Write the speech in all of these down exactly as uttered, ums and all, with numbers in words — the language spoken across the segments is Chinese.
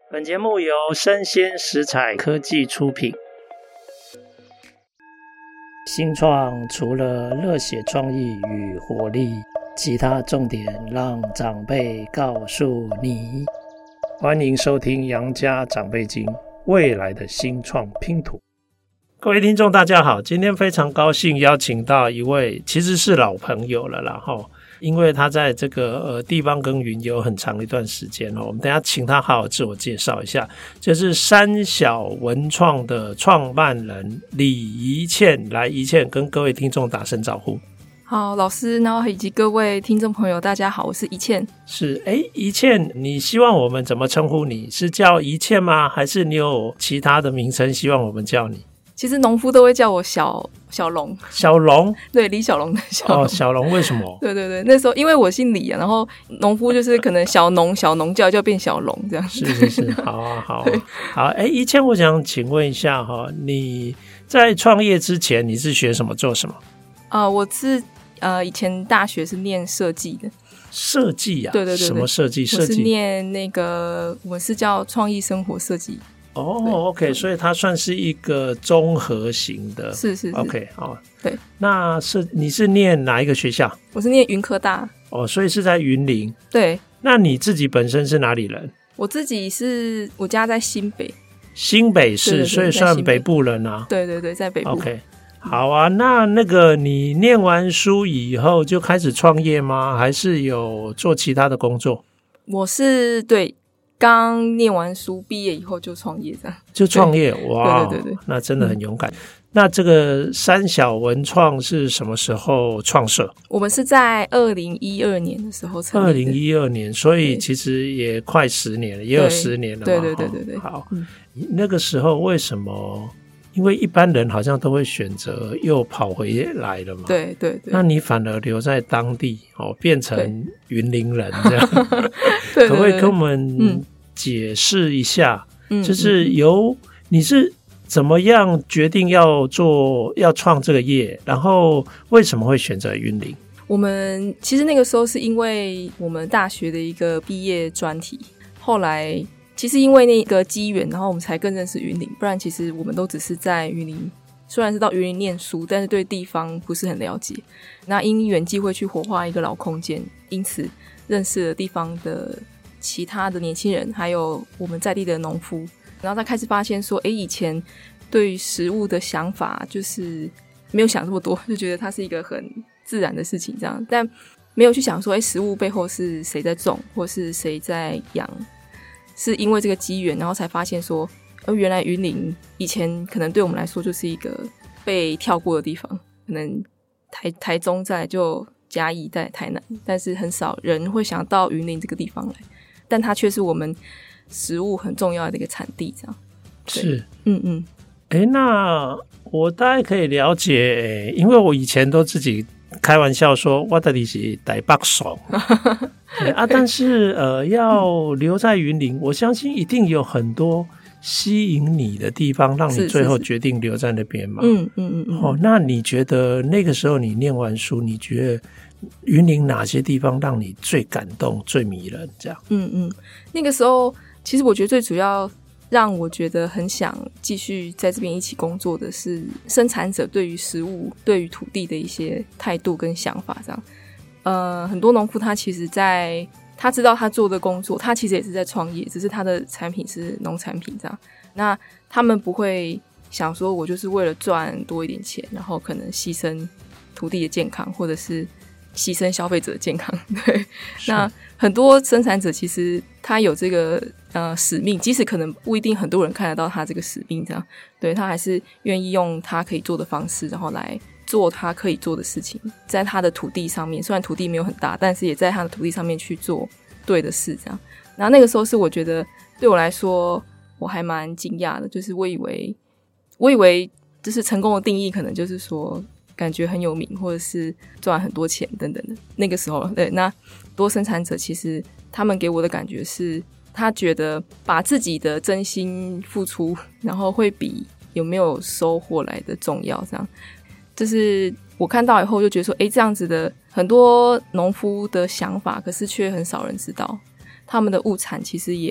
本节目由生鲜食材科技出品。新创除了热血创意与活力，其他重点让长辈告诉你。欢迎收听杨家长辈经，未来的新创拼图。各位听众大家好，今天非常高兴邀请到一位其实是老朋友了啦齁，因为他在这个呃地方耕耘有很长一段时间哦，我们等一下请他好好自我介绍一下，就是三小文创的创办人李宜倩。来，宜倩跟各位听众打声招呼。 好，老师，然后以及各位听众朋友大家好，我是宜倩。 是，诶，宜倩，你希望我们怎么称呼你？是叫宜倩吗？还是你有其他的名称希望我们叫你？ 其实农夫都会叫我小小龙， 小龙， 对，李小龙的小龙。 哦，小龙为什么？ 对对对，那时候因为我姓李啊，然后农夫就是可能小农小农叫就变小龙这样。 是是是，好啊好啊好。哎，宜倩，我想请问一下哈，你在创业之前你是学什么做什么？ 啊、呃，我是呃以前大学是念设计的。 设计啊？ 对对 对, 对， 什么设计？设计？ 我是念那个，我是叫创意生活设计。 哦 ，OK， 所以它算是一个综合型的， 是是是 ，OK， 好， 对。 那是你是念哪一个学校？ 我是念云科大。 哦，所以是在云林。 对。 那你自己本身是哪里人？ 我自己是我家在新北。 新北市， 对对对， 所以算北部人啊。 对对对，在北部。 OK， 好啊。那那个你念完书以后就开始创业吗？还是有做其他的工作？ 我是对。刚念完书毕业以后就创业这样。 就创业，哇， 对对对对， 那真的很勇敢。嗯、那这个三小文创是什么时候创设？ 我们是在二零一二年的时候成立的。 二零一二年，所以其实也快十年了，也有十年了嘛。 对对对对对。 好、嗯，那个时候为什么？因为一般人好像都会选择又跑回来了嘛。 对对对。 那你反而留在当地哦，变成云林人这样。 对对对对， 可不可以跟我们解释一下？ 嗯， 就是由你是怎么样决定要做要创这个业，然后为什么会选择云林？ 我们其实那个时候是因为我们大学的一个毕业专题，后来。其实因为那个机缘，然后我们才更认识云林，不然其实我们都只是在云林，虽然是到云林念书，但是对地方不是很了解。那因缘际会去活化一个老空间，因此认识了地方的其他的年轻人，还有我们在地的农夫，然后再开始发现说，诶，以前对于食物的想法就是没有想这么多，就觉得它是一个很自然的事情这样，但没有去想说，诶，食物背后是谁在种，或是谁在养。是因为这个机缘，然后才发现说，呃，原来云林以前可能对我们来说就是一个被跳过的地方，可能台台中在就嘉义在台南，但是很少人会想到云林这个地方来，但它却是我们食物很重要的一个产地，这样。 是， 嗯嗯。 哎，那我大概可以了解，因为我以前都自己开玩笑说，我到底是台北爽。啊，但是呃，要留在云林，我相信一定有很多吸引你的地方，让你最后决定留在那边嘛。 嗯嗯嗯。 哦，那你觉得那个时候你念完书，你觉得云林哪些地方让你最感动、最迷人？这样？ 嗯嗯，那个时候其实我觉得最主要让我觉得很想继续在这边一起工作的是生产者对于食物、对于土地的一些态度跟想法，这样。呃，很多农夫他其实在他知道他做的工作，他其实也是在创业，只是他的产品是农产品这样。那他们不会想说我就是为了赚多一点钱，然后可能牺牲土地的健康，或者是牺牲消费者的健康。对，那很多生产者其实他有这个呃使命，即使可能不一定很多人看得到他这个使命这样，对，他还是愿意用他可以做的方式，然后来做他可以做的事情，在他的土地上面，虽然土地没有很大，但是也在他的土地上面去做对的事这样。然后那个时候是我觉得对我来说我还蛮惊讶的，就是我以为我以为就是成功的定义可能就是说感觉很有名，或者是赚很多钱等等的。那个时候对，那多生产者其实他们给我的感觉是他觉得把自己的真心付出，然后会比有没有收获来的重要这样。就是我看到以后就觉得说，诶，这样子的很多农夫的想法，可是却很少人知道。他们的物产其实也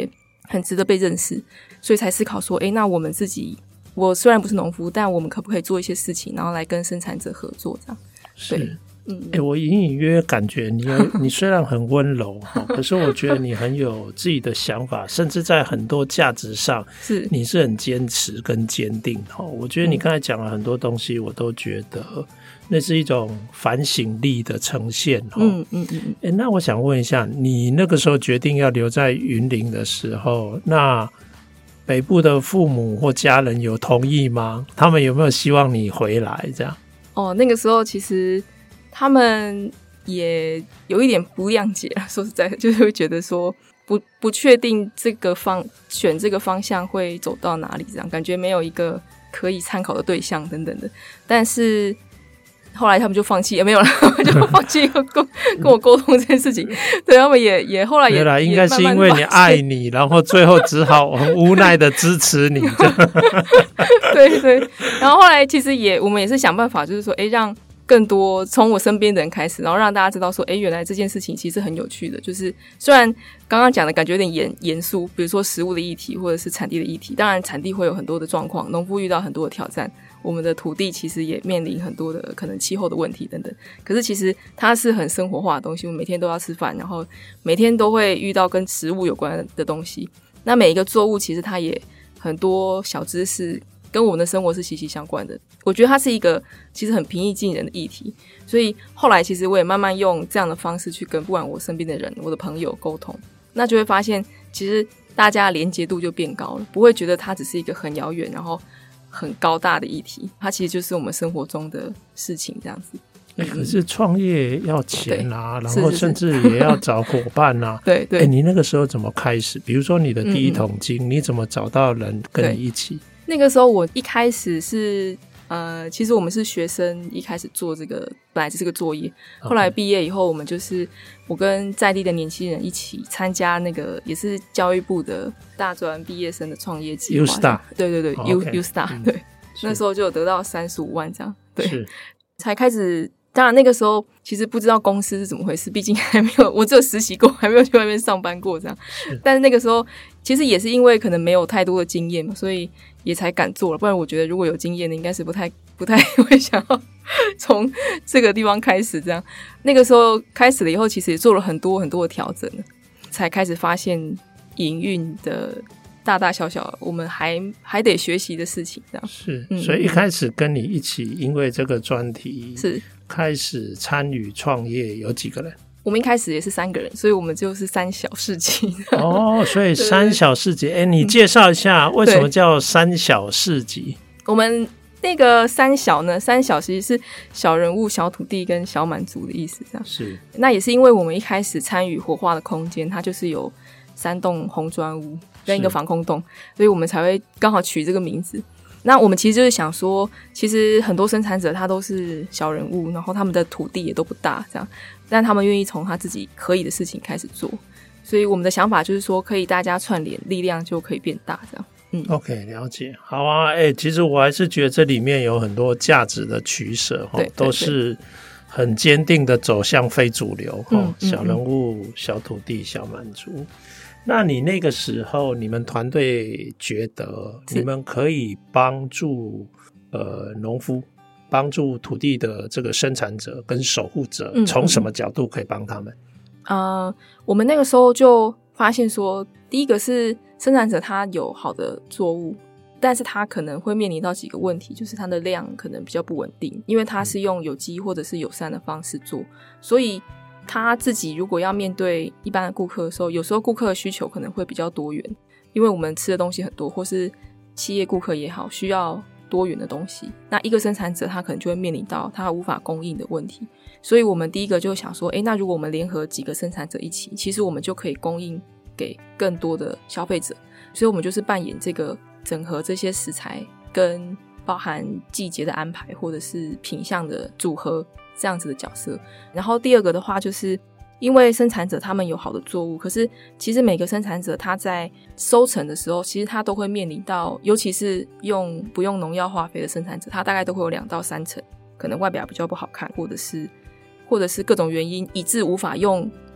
很值得被认识，所以才思考说，诶，那我们自己，我虽然不是农夫，但我们可不可以做一些事情，然后来跟生产者合作这样。 是，嗯，欸，我隐隐约约感觉你有你虽然很温柔可是我觉得你很有自己的想法，甚至在很多价值上是你是很坚持跟坚定。我觉得你刚才讲了很多东西，我都觉得那是一种反省力的呈现。嗯嗯嗯。欸，那我想问一下，你那个时候决定要留在云林的时候，那北部的父母或家人有同意吗？他们有没有希望你回来这样？ 哦，那个时候其实他们也有一点不谅解，说实在的，就是会觉得说不不确定这个方选这个方向会走到哪里，这样感觉没有一个可以参考的对象等等的。但是后来他们就放弃，也没有了，就放弃跟跟我沟通这件事情。对，他们也也后来也， 对啦，应该是因为你爱你，然后最后只好很无奈的支持你。 对对，然后后来其实也我们也是想办法，就是说，哎，让更多从我身边的人开始，然后让大家知道说，哎，原来这件事情其实很有趣的。就是虽然刚刚讲的感觉有点严严肃，比如说食物的议题或者是产地的议题，当然产地会有很多的状况，农夫遇到很多的挑战。我们的土地其实也面临很多的可能气候的问题等等，可是其实它是很生活化的东西，我们每天都要吃饭，然后每天都会遇到跟食物有关的东西。那每一个作物其实它也很多小知识跟我们的生活是息息相关的，我觉得它是一个其实很平易近人的议题。所以后来其实我也慢慢用这样的方式去跟不管我身边的人我的朋友沟通，那就会发现其实大家的连结度就变高了，不会觉得它只是一个很遥远然后很高大的议题，它其实就是我们生活中的事情这样子。 欸，可是创业要钱啊，然后甚至也要找伙伴啊。 对对， 欸，你那个时候怎么开始？比如说你的第一桶金，嗯，你怎么找到人跟你一起？ 那个时候我一开始是呃，其实我们是学生，一开始做这个本来这是个作业，后来毕业以后，我们就是我跟在地的年轻人一起参加那个也是教育部的大专毕业生的创业计划。 U-Star， 对对对， 哦 U okay， U-Star， 嗯， 对，那时候就有得到三十五万这样，对， 是才开始。当然那个时候其实不知道公司是怎么回事，毕竟还没有，我只有实习过，还没有去外面上班过这样。但是那个时候其实也是因为可能没有太多的经验嘛，所以也才敢做了。不然我觉得如果有经验的应该是不太不太会想要从这个地方开始这样。那个时候开始了以后，其实也做了很多很多的调整，才开始发现营运的大大小小我们还还得学习的事情这样。 是，嗯，所以一开始跟你一起因为这个专题是开始参与创业有几个人？ 我们一开始也是三个人，所以我们就是三小市集。 哦，所以三小市集，哎，你介绍一下为什么叫三小市集？ 我们那个三小呢，三小其实是小人物、小土地跟小满足的意思，这样是。 那也是因为我们一开始参与活化的空间，它就是有三栋红砖屋跟一个防空洞，所以我们才会刚好取这个名字。那我们其实就是想说，其实很多生产者他都是小人物，然后他们的土地也都不大，这样，但他们愿意从他自己可以的事情开始做，所以我们的想法就是说，可以大家串联，力量就可以变大，这样。嗯 ，OK， 了解。好啊，哎，欸，其实我还是觉得这里面有很多价值的取舍，对对对，都是很坚定的走向非主流，嗯，小人物、嗯、小土地、小满足。那你那个时候，你们团队觉得你们可以帮助呃农夫，帮助土地的这个生产者跟守护者，从什么角度可以帮他们？ 呃，我们那个时候就发现说，第一个是生产者他有好的作物，但是他可能会面临到几个问题，就是它的量可能比较不稳定，因为他是用有机或者是友善的方式做，所以他自己如果要面对一般的顾客的时候，有时候顾客的需求可能会比较多元，因为我们吃的东西很多，或是企业顾客也好，需要多元的东西，那一个生产者他可能就会面临到他无法供应的问题，所以我们第一个就想说，诶，那如果我们联合几个生产者一起，其实我们就可以供应给更多的消费者，所以我们就是扮演这个整合这些食材跟包含季节的安排或者是品项的组合这样子的角色。然后第二个的话，就是因为生产者他们有好的作物，可是其实每个生产者他在收成的时候，其实他都会面临到，尤其是用不用农药化肥的生产者，他大概都会有两到三成可能外表比较不好看，或者是或者是各种原因以致无法用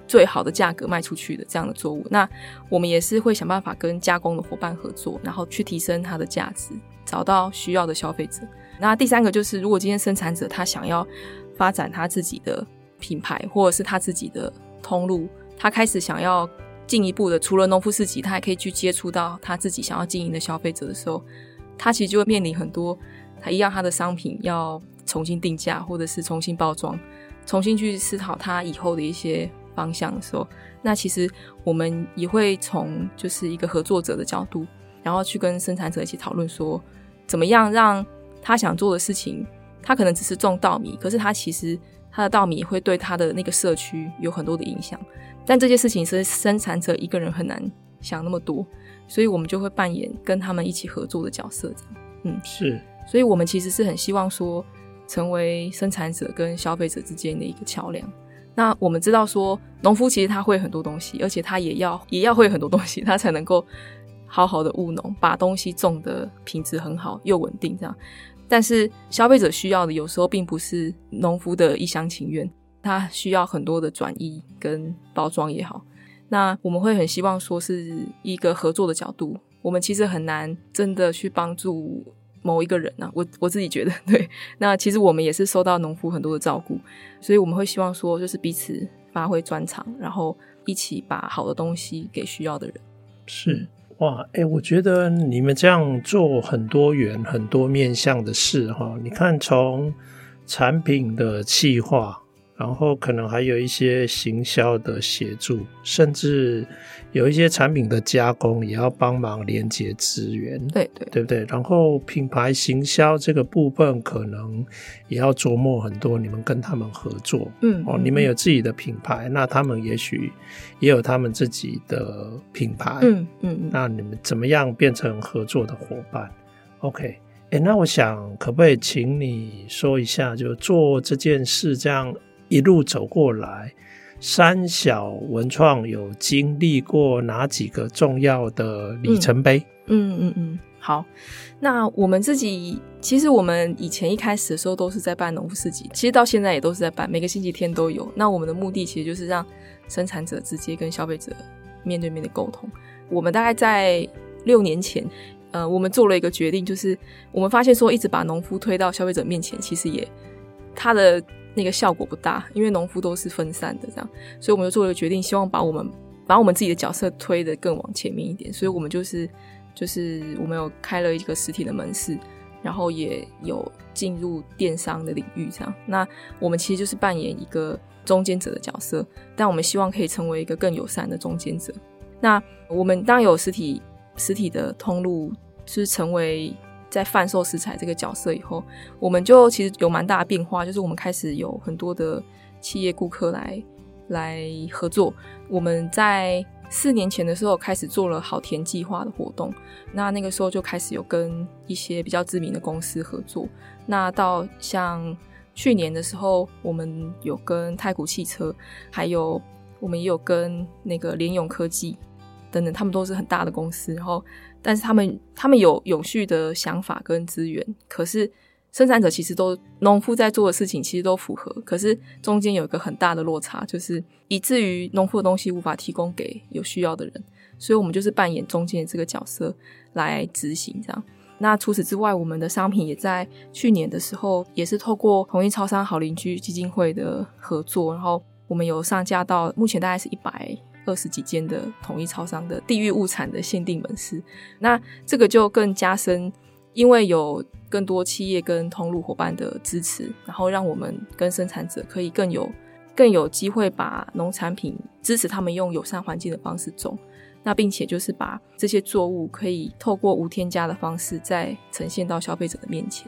最好的价格卖出去的这样的作物。那我们也是会想办法跟加工的伙伴合作，然后去提升它的价值，找到需要的消费者。那第三个就是，如果今天生产者他想要发展他自己的品牌，或者是他自己的通路，他开始想要进一步的，除了农夫市集，他还可以去接触到他自己想要经营的消费者的时候，他其实就会面临很多，他一样他的商品要重新定价，或者是重新包装，重新去思考他以后的一些方向的时候，那其实我们也会从就是一个合作者的角度，然后去跟生产者一起讨论说，怎么样让他想做的事情，他可能只是种稻米，可是他其实他的稻米也会对他的那个社区有很多的影响，但这些事情是生产者一个人很难想那么多，所以我们就会扮演跟他们一起合作的角色这样。嗯， 是， 所以我们其实是很希望说成为生产者跟消费者之间的一个桥梁。那我们知道说农夫其实他会很多东西，而且他也要也要会很多东西，他才能够好好的务农，把东西种的品质很好又稳定这样。但是消费者需要的有时候并不是农夫的一厢情愿，他需要很多的转移跟包装也好。那我们会很希望说是一个合作的角度，我们其实很难真的去帮助某一个人啊，我我自己觉得对。那其实我们也是受到农夫很多的照顾，所以我们会希望说就是彼此发挥专长，然后一起把好的东西给需要的人。 是，哇，欸，我觉得你们这样做很多元很多面向的事哈。你看从产品的企划，然后可能还有一些行销的协助，甚至有一些产品的加工也要帮忙连接资源， 对对对不对？然后品牌行销这个部分可能也要琢磨很多，你们跟他们合作， 嗯， 哦，你们有自己的品牌，那他们也许也有他们自己的品牌， 嗯嗯嗯， 那你们怎么样变成合作的伙伴 ？OK， 欸，那我想可不可以请你说一下，就做这件事这样一路走过来，三小文创有经历过哪几个重要的里程碑？ 嗯嗯嗯，好。那我们自己其实我们以前一开始的时候都是在办农夫市集，其实到现在也都是在办，每个星期天都有。那我们的目的其实就是让生产者直接跟消费者面对面的沟通。我们大概在六年前呃，我们做了一个决定，就是我们发现说一直把农夫推到消费者面前，其实也他的那个效果不大，因为农夫都是分散的这样，所以我们就做了一个决定，希望把我们把我们自己的角色推得更往前面一点，所以我们就是就是我们有开了一个实体的门市，然后也有进入电商的领域这样。那我们其实就是扮演一个中间者的角色，但我们希望可以成为一个更友善的中间者。那我们当然有实体实体的通路，就是成为在贩售食材这个角色以后，我们就其实有蛮大的变化，就是我们开始有很多的企业顾客来来合作。我们在四年前的时候开始做了好田计划的活动，那那个时候就开始有跟一些比较知名的公司合作。那到像去年的时候，我们有跟太古汽车，还有我们也有跟那个联咏科技等等，他们都是很大的公司，然后但是他们他们有永续的想法跟资源，可是生产者其实都农夫在做的事情其实都符合，可是中间有一个很大的落差，就是以至于农夫的东西无法提供给有需要的人，所以我们就是扮演中间的这个角色来执行这样。那除此之外，我们的商品也在去年的时候也是透过统一超商好邻居基金会的合作，然后我们有上架到目前大概是一百二十几间的统一超商的地域物产的限定门市。那这个就更加深，因为有更多企业跟通路伙伴的支持，然后让我们跟生产者可以更有更有机会把农产品支持他们用友善环境的方式种，那并且就是把这些作物可以透过无添加的方式再呈现到消费者的面前。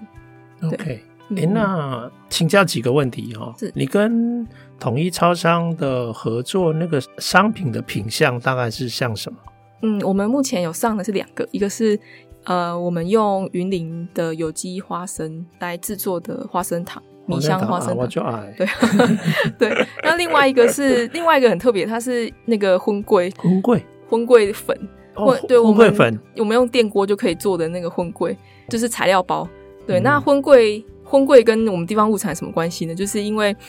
OK，欸，那请教几个问题哦。你跟统一超商的合作，那个商品的品项大概是像什么？ 嗯，我们目前有上的是两个，一个是呃，我们用云林的有机花生来制作的花生糖，米香花生糖， 我就爱。 对对，那另外一个是另外一个很特别，它是那个荤桂荤桂荤桂粉。 哦， 对， 荤桂粉， 我们用电锅就可以做的那个荤桂，就是材料包。对，嗯，那荤桂荤桂跟我们地方物产什么关系呢？就是因为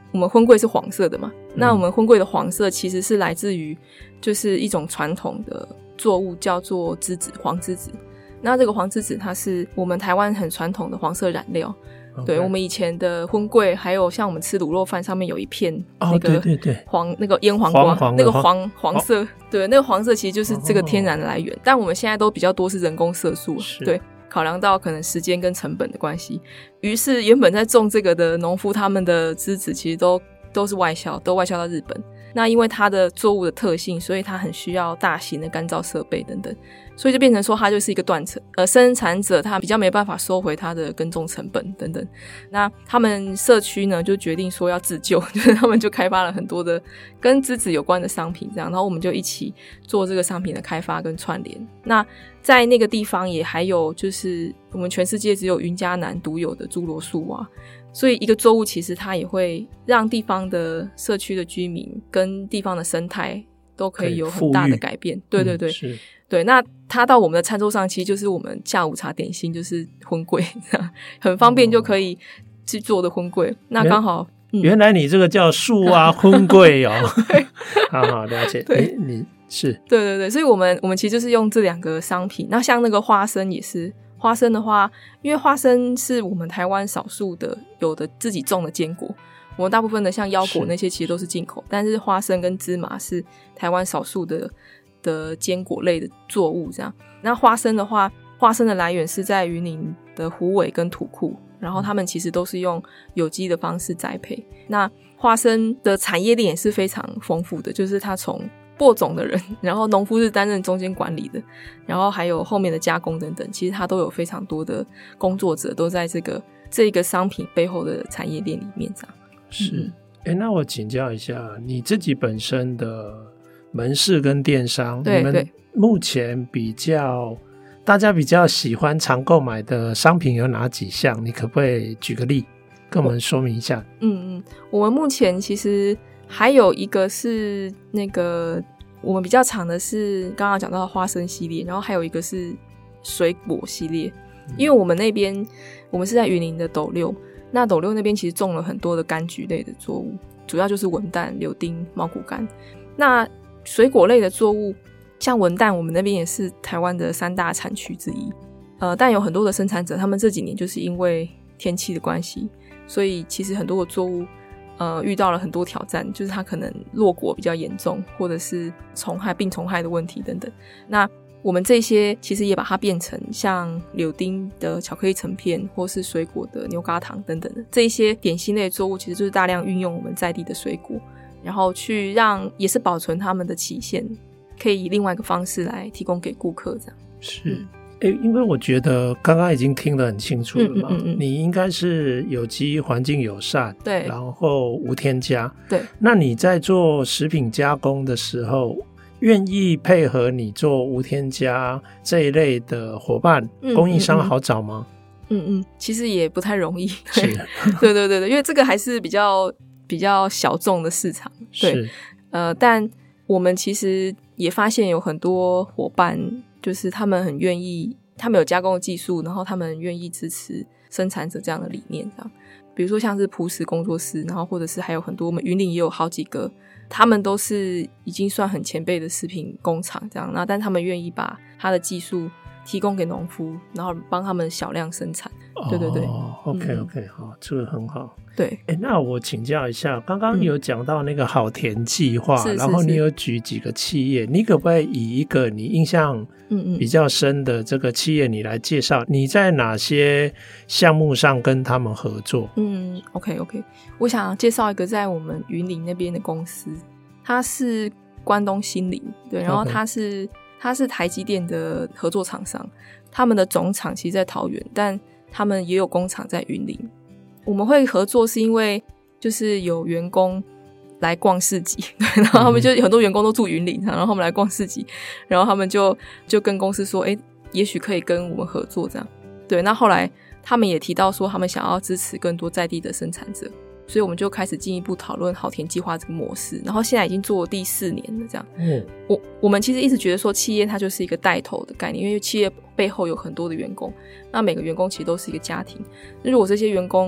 我们荤桂是黄色的嘛，嗯、那我们荤桂的黄色其实是来自于就是一种传统的作物叫做栀子，黄栀子。那这个黄栀子它是我们台湾很传统的黄色染料。Okay. 对，我们以前的荤桂还有像我们吃卤肉饭上面有一片那个黄、oh, 对对对那个腌黄瓜，黄黄那个黄黄色、哦、对，那个黄色其实就是这个天然的来源、哦、但我们现在都比较多是人工色素，对，考量到可能时间跟成本的关系，于是原本在种这个的农夫他们的栀子其实都都是外销，都外销到日本。那因为它的作物的特性，所以它很需要大型的干燥设备等等，所以就变成说它就是一个断层，呃，生产者他比较没办法收回他的耕种成本等等。那他们社区呢就决定说要自救，就是他们就开发了很多的跟栀子有关的商品，这样，然后我们就一起做这个商品的开发跟串联。那在那个地方也还有就是我们全世界只有云嘉南独有的猪罗树蛙。所以一个作物其实它也会让地方的社区的居民跟地方的生态都可以有很大的改变。对对对、嗯、是对，那它到我们的餐桌上其实就是我们下午茶点心，就是荤桂，很方便就可以去做的荤桂、哦、那刚好、 嗯、原来你这个叫树啊荤桂哦好好了解。对，你是对对对，所以我们我们其实就是用这两个商品。那像那个花生也是，花生的话，因为花生是我们台湾少数的有的自己种的坚果，我们大部分的像腰果那些其实都是进口，但是花生跟芝麻是台湾少数的的坚果类的作物这样。那花生的话，花生的来源是在云林的虎尾跟土库，然后他们其实都是用有机的方式栽培。那花生的产业链也是非常丰富的，就是它从播种的人，然后农夫是担任中间管理的，然后还有后面的加工等等，其实它都有非常多的工作者都在这个这个商品背后的产业链里面这样。 是、嗯、那我请教一下你自己本身的门市跟电商， 对， 你们目前比较大家比较喜欢常购买的商品有哪几项？你可不可以举个例跟我们说明一下？ 嗯嗯，我们目前其实还有一个是那个我们比较长的是刚刚讲到的花生系列，然后还有一个是水果系列。因为我们那边我们是在云林的斗六，那斗六那边其实种了很多的柑橘类的作物，主要就是文旦、柳丁、茂谷柑。那水果类的作物像文旦，我们那边也是台湾的三大产区之一。呃，但有很多的生产者他们这几年就是因为天气的关系，所以其实很多的作物呃，遇到了很多挑战，就是它可能落果比较严重，或者是虫害、病虫害的问题等等。那我们这些其实也把它变成像柳丁的巧克力橙片，或是水果的牛轧糖等等的这一些点心类的作物，其实就是大量运用我们在地的水果，然后去让也是保存它们的期限，可以以另外一个方式来提供给顾客这样。 是。嗯欸、因为我觉得刚刚已经听得很清楚了嘛，嗯嗯嗯嗯，你应该是有机、环境友善， 对， 然后无添加， 对。 那你在做食品加工的时候，愿意配合你做无添加这一类的伙伴、嗯、供应商好找吗？ 嗯嗯，其实也不太容易，对对对对对，因为这个还是比较比较小众的市场，对，是呃，但我们其实也发现有很多伙伴。就是他们很愿意，他们有加工的技术，然后他们愿意支持生产者这样的理念这样。比如说像是朴实工作室，然后或者是还有很多我们云林也有好几个，他们都是已经算很前辈的食品工厂这样，那但他们愿意把他的技术提供给农夫，然后帮他们小量生产。对对对， 哦 OK OK、嗯、好，这个很好。 对， 欸、那我请教一下，刚刚有讲到那个好田计划、嗯、然后你有举几个企业，你可不可以以一个你印象比较深的这个企业你来介绍你在哪些项目上跟他们合作？ 嗯 OK OK， 我想介绍一个在我们云林那边的公司，它是关东新林，对，然后它是、okay. 它是台积电的合作厂商，他们的总厂其实在桃园，但他们也有工厂在云林。我们会合作是因为就是有员工来逛市集，然后他们就很多员工都住云林，然后他们来逛市集，然后他们就就跟公司说，诶，也许可以跟我们合作这样。对，那后来他们也提到说他们想要支持更多在地的生产者，所以我们就开始进一步讨论好田计划这个模式，然后现在已经做了第四年了这样。嗯，我我们其实一直觉得说企业它就是一个带头的概念，因为企业背后有很多的员工，那每个员工其实都是一个家庭，如果这些员工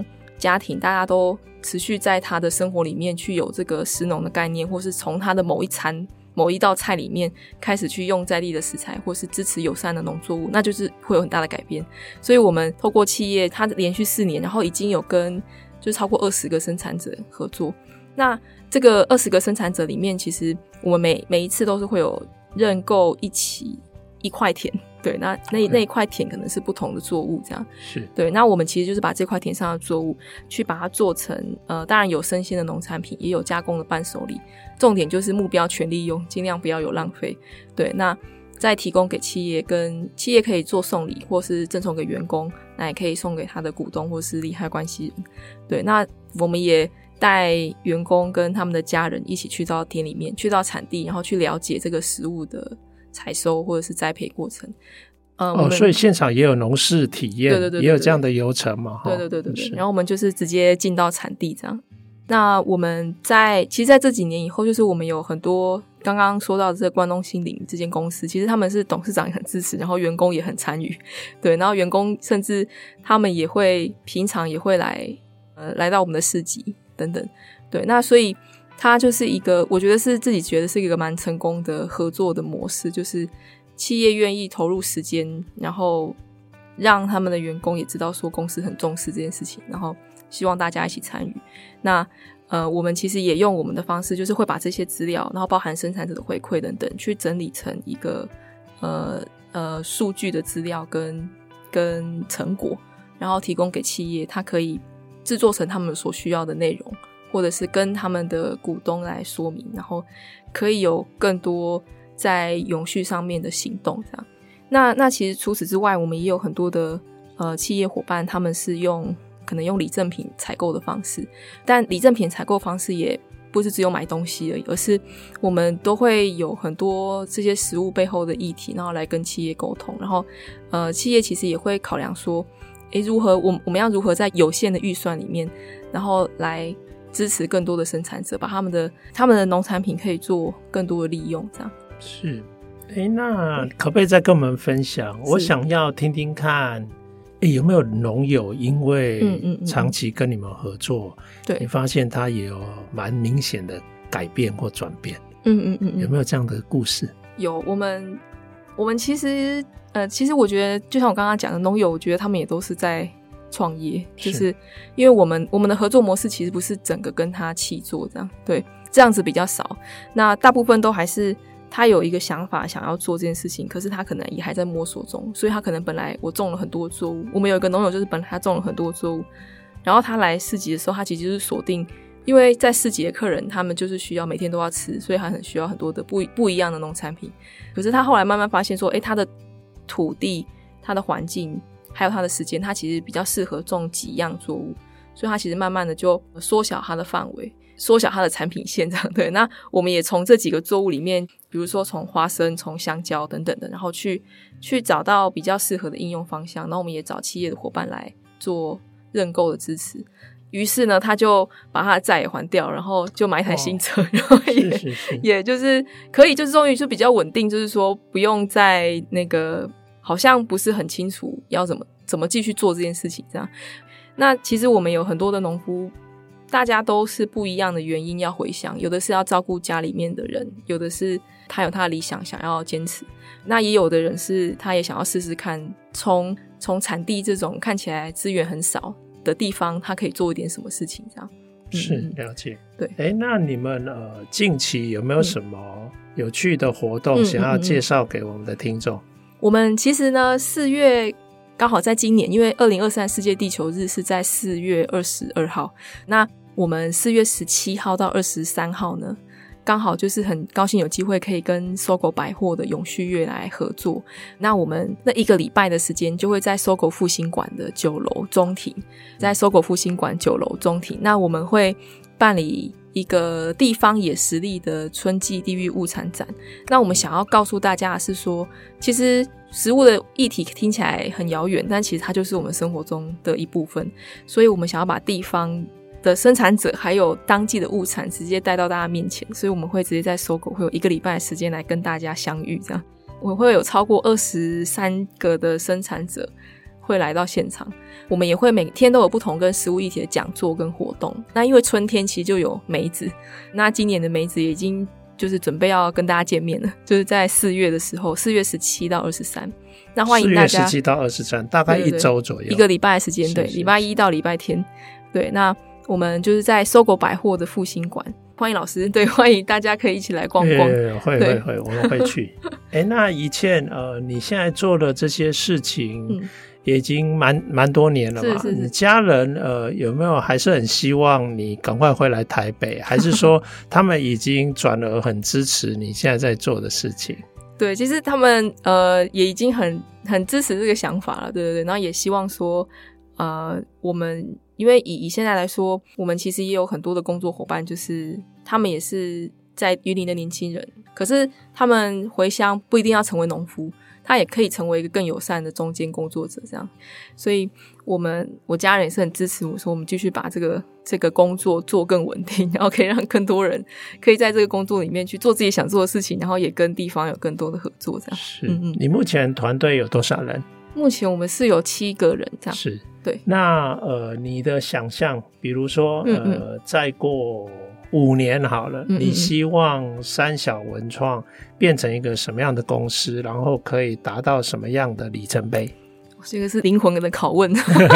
家庭大家都持续在他的生活里面去有这个食农的概念，或是从他的某一餐某一道菜里面开始去用在地的食材，或是支持友善的农作物，那就是会有很大的改变。所以我们透过企业它连续四年，然后已经有跟就是超过二十个生产者合作。那这个二十个生产者里面，其实我们每每一次都是会有认购一起一块田，对，那那那一块田可能是不同的作物，这样是对。那我们其实就是把这块田上的作物去把它做成呃，当然有生鲜的农产品，也有加工的伴手礼，重点就是目标全利用，尽量不要有浪费。对，那再提供给企业，跟企业可以做送礼，或是赠送给员工，那也可以送给他的股东或是利害关系人。对，那我们也带员工跟他们的家人一起去到田里面，去到产地，然后去了解这个食物的采收或者是栽培过程。嗯、 哦，所以现场也有农事体验， 对对 对, 对, 对， 也有这样的流程嘛？ 对对对对对。然后我们就是直接进到产地这样。那我们在其实在这几年以后，就是我们有很多刚刚说到的这个关东新林这间公司，其实他们是董事长也很支持，然后员工也很参与，对，然后员工甚至他们也会平常也会来呃来到我们的市集等等，对，那所以它就是一个我觉得是自己觉得是一个蛮成功的合作的模式，就是企业愿意投入时间，然后让他们的员工也知道说公司很重视这件事情，然后希望大家一起参与。那呃，我们其实也用我们的方式，就是会把这些资料，然后包含生产者的回馈等等，去整理成一个呃呃数据的资料跟跟成果，然后提供给企业，它可以制作成他们所需要的内容，或者是跟他们的股东来说明，然后可以有更多在永续上面的行动这样。那那其实除此之外，我们也有很多的呃企业伙伴，他们是用可能用礼赠品采购的方式，但礼赠品采购方式也不是只有买东西而已，而是我们都会有很多这些食物背后的议题，然后来跟企业沟通，然后呃企业其实也会考量说诶如何我我们要如何在有限的预算里面，然后来支持更多的生产者，把他们的他们的农产品可以做更多的利用这样。 是，诶那可不可以再跟我们分享，我想要听听看欸、有没有农友因为长期跟你们合作，对、嗯嗯嗯，你发现他也有蛮明显的改变或转变？嗯嗯嗯，有没有这样的故事？ 有，我们我们其实呃，其实我觉得就像我刚刚讲的，农友我觉得他们也都是在创业，就是因为我们我们的合作模式其实不是整个跟他契作这样，对，这样子比较少，那大部分都还是他有一个想法想要做这件事情，可是他可能也还在摸索中，所以他可能本来我种了很多作物，我们有一个农友就是本来他种了很多作物，然后他来市集的时候，他其实就是锁定，因为在市集的客人他们就是需要每天都要吃，所以他很需要很多的不不一样的农产品，可是他后来慢慢发现说诶他的土地他的环境还有他的时间，他其实比较适合种几样作物，所以他其实慢慢的就缩小他的范围，缩小它的产品线这样。对，那我们也从这几个作物里面，比如说从花生、从香蕉等等的，然后去去找到比较适合的应用方向，然后我们也找企业的伙伴来做认购的支持。于是呢，他就把他的债也还掉，然后就买一台新车，然后也是是是也就是可以，就是终于就比较稳定，就是说不用再那个好像不是很清楚要怎么怎么继续做这件事情这样。那其实我们有很多的农夫，大家都是不一样的原因要回乡，有的是要照顾家里面的人，有的是他有他的理想想要坚持，那也有的人是他也想要试试看从从产地这种看起来资源很少的地方他可以做一点什么事情这样。 是，了解。 对， 诶那你们呃近期有没有什么有趣的活动想要介绍给我们的听众？ 嗯嗯嗯我们其实呢四月刚好在今年，因为二零二三世界地球日是在四月二十二号，那我们四月十七号到二十三号呢，刚好就是很高兴有机会可以跟搜狗百货的永续月来合作。那我们那一个礼拜的时间就会在搜狗复兴馆的九楼中庭，在搜狗复兴馆九楼中庭，那我们会办理一个地方野食力的春季地域物产展。那我们想要告诉大家的是说，其实食物的议题听起来很遥远，但其实它就是我们生活中的一部分，所以我们想要把地方的生产者还有当季的物产直接带到大家面前，所以我们会直接在搜狗会有一个礼拜的时间来跟大家相遇这样。我会有超过二十三个的生产者会来到现场，我们也会每天都有不同跟食物议题的讲座跟活动。那因为春天其实就有梅子，那今年的梅子也已经就是准备要跟大家见面了，就是在四月的时候，四月十七到二十三，那欢迎大家。 四月十七到二十三，大概一周左右， 对对对，一个礼拜的时间，对，礼拜一到礼拜天，对。那我们就是在搜狗百货的复兴馆，欢迎老师，对，欢迎大家可以一起来逛逛。 对，会会会，我们会去。哎，那宜倩，呃，你现在做的这些事情，嗯，也已经蛮蛮多年了嘛。 是是是。 你家人呃有没有还是很希望你赶快回来台北，还是说他们已经转而很支持你现在在做的事情？ 对，其实他们呃也已经很很支持这个想法了，对对对，然后也希望说呃我们因为以以现在来说，我们其实也有很多的工作伙伴，就是他们也是在云林的年轻人，可是他们回乡不一定要成为农夫，他也可以成为一个更友善的中间工作者，这样。所以我们我家人也是很支持我说，我们继续把这个这个工作做更稳定，然后可以让更多人可以在这个工作里面去做自己想做的事情，然后也跟地方有更多的合作，这样。 是，嗯嗯。你目前团队有多少人？ 目前我们是有七个人，这样。 是， 对。 那呃，你的想象，比如说呃，嗯嗯再过五年好了，嗯嗯，你希望三小文创变成一个什么样的公司，然后可以达到什么样的里程碑？ 这个是灵魂的拷问。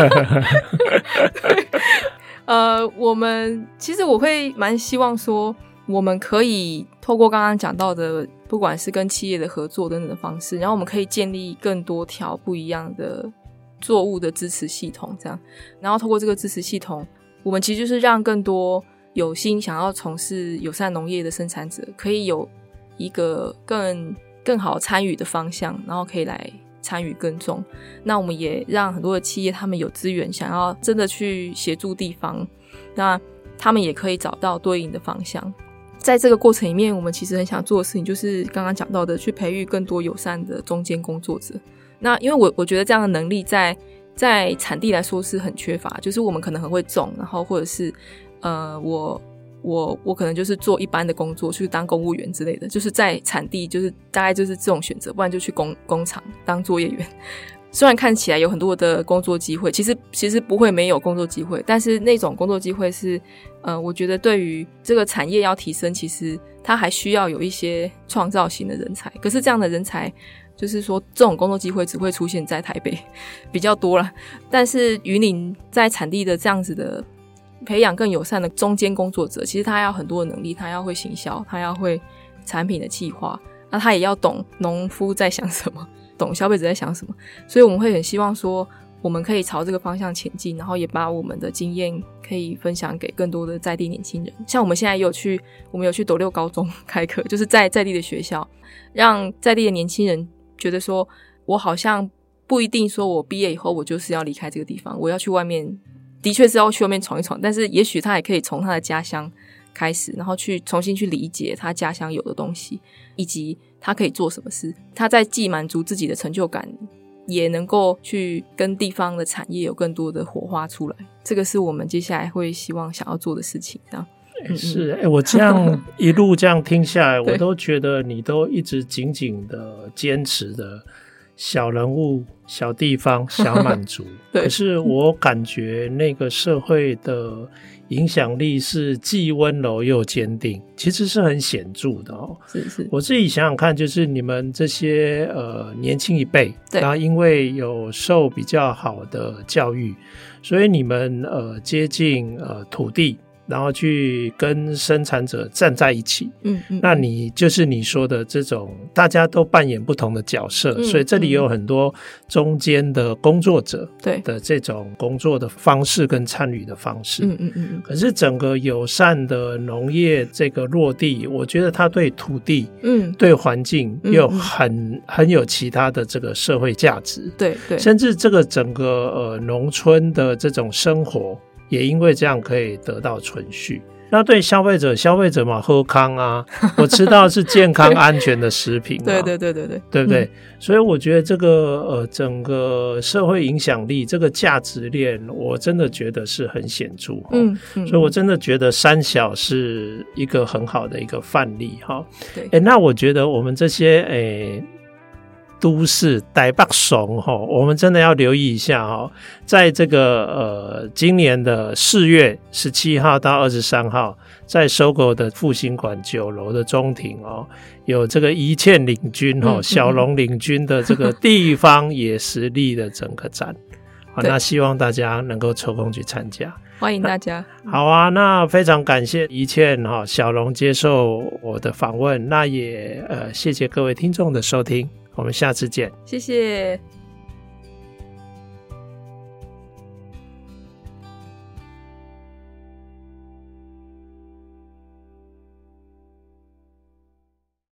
呃，我们其实我会蛮希望说，我们可以透过刚刚讲到的，不管是跟企业的合作等等的方式，然后我们可以建立更多条不一样的作物的支持系统，这样，然后透过这个支持系统，我们其实就是让更多有心想要从事友善农业的生产者可以有一个更更好参与的方向，然后可以来参与耕种。那我们也让很多的企业他们有资源想要真的去协助地方，那他们也可以找到对应的方向。在这个过程里面，我们其实很想做的事情就是刚刚讲到的，去培育更多友善的中间工作者。那因为我我觉得这样的能力在在产地来说是很缺乏，就是我们可能很会种，然后或者是呃我我我可能就是做一般的工作，去当公务员之类的，就是在产地就是大概就是这种选择，不然就去工工厂当作业员。虽然看起来有很多的工作机会，其实其实不会没有工作机会，但是那种工作机会是呃我觉得对于这个产业要提升，其实它还需要有一些创造型的人才。可是这样的人才就是说这种工作机会只会出现在台北比较多啦，但是云林在产地的这样子的培养更友善的中间工作者，其实他要很多的能力，他要会行销，他要会产品的企划，那他也要懂农夫在想什么，懂消费者在想什么。所以我们会很希望说我们可以朝这个方向前进，然后也把我们的经验可以分享给更多的在地年轻人。像我们现在也有去我们有去斗六高中开课，就是在在地的学校，让在地的年轻人觉得说我好像不一定说我毕业以后我就是要离开这个地方，我要去外面，的确是要去外面闯一闯，但是也许他也可以从他的家乡开始，然后去重新去理解他家乡有的东西，以及他可以做什么事，他在既满足自己的成就感，也能够去跟地方的产业有更多的火花出来。这个是我们接下来会希望想要做的事情，这样。 是，欸，我这样一路这样听下来我都觉得你都一直紧紧的坚持的小人物小地方小满足可是我感觉那个社会的影响力是既温柔又坚定，其实是很显著的哦。 是是， 我自己想想看，就是你们这些呃年轻一辈，然后因为有受比较好的教育，所以你们呃接近呃土地，然后去跟生产者站在一起，嗯嗯，那你就是你说的这种大家都扮演不同的角色，嗯，所以这里有很多中间的工作者的这种工作的方式跟参与的方式，嗯嗯嗯。可是整个友善的农业这个落地，我觉得它对土地，嗯，对环境又很、嗯、很有其他的这个社会价值， 对对， 甚至这个整个呃农村的这种生活。也因为这样可以得到存续。那对消费者，消费者嘛，喝康啊，我吃到是健康安全的食品嘛， 对对对对对， 对不对？嗯，所以我觉得这个呃整个社会影响力，这个价值链，我真的觉得是很显著，哦，嗯嗯，所以我真的觉得三小是一个很好的一个范例哈。对，欸，那我觉得我们这些诶都市台北怂齁，我们真的要留意一下齁，在这个呃今年的四月十七号到二十三号，在SOGO的复兴馆九楼的中庭哦，有这个宜倩领军齁、嗯、小龙领军的这个地方野食力的整个展。好，那希望大家能够抽空去参加， 欢迎大家。 好啊，那非常感谢宜倩哈小龙接受我的访问，那也呃谢谢各位听众的收听，我们下次见， 谢谢。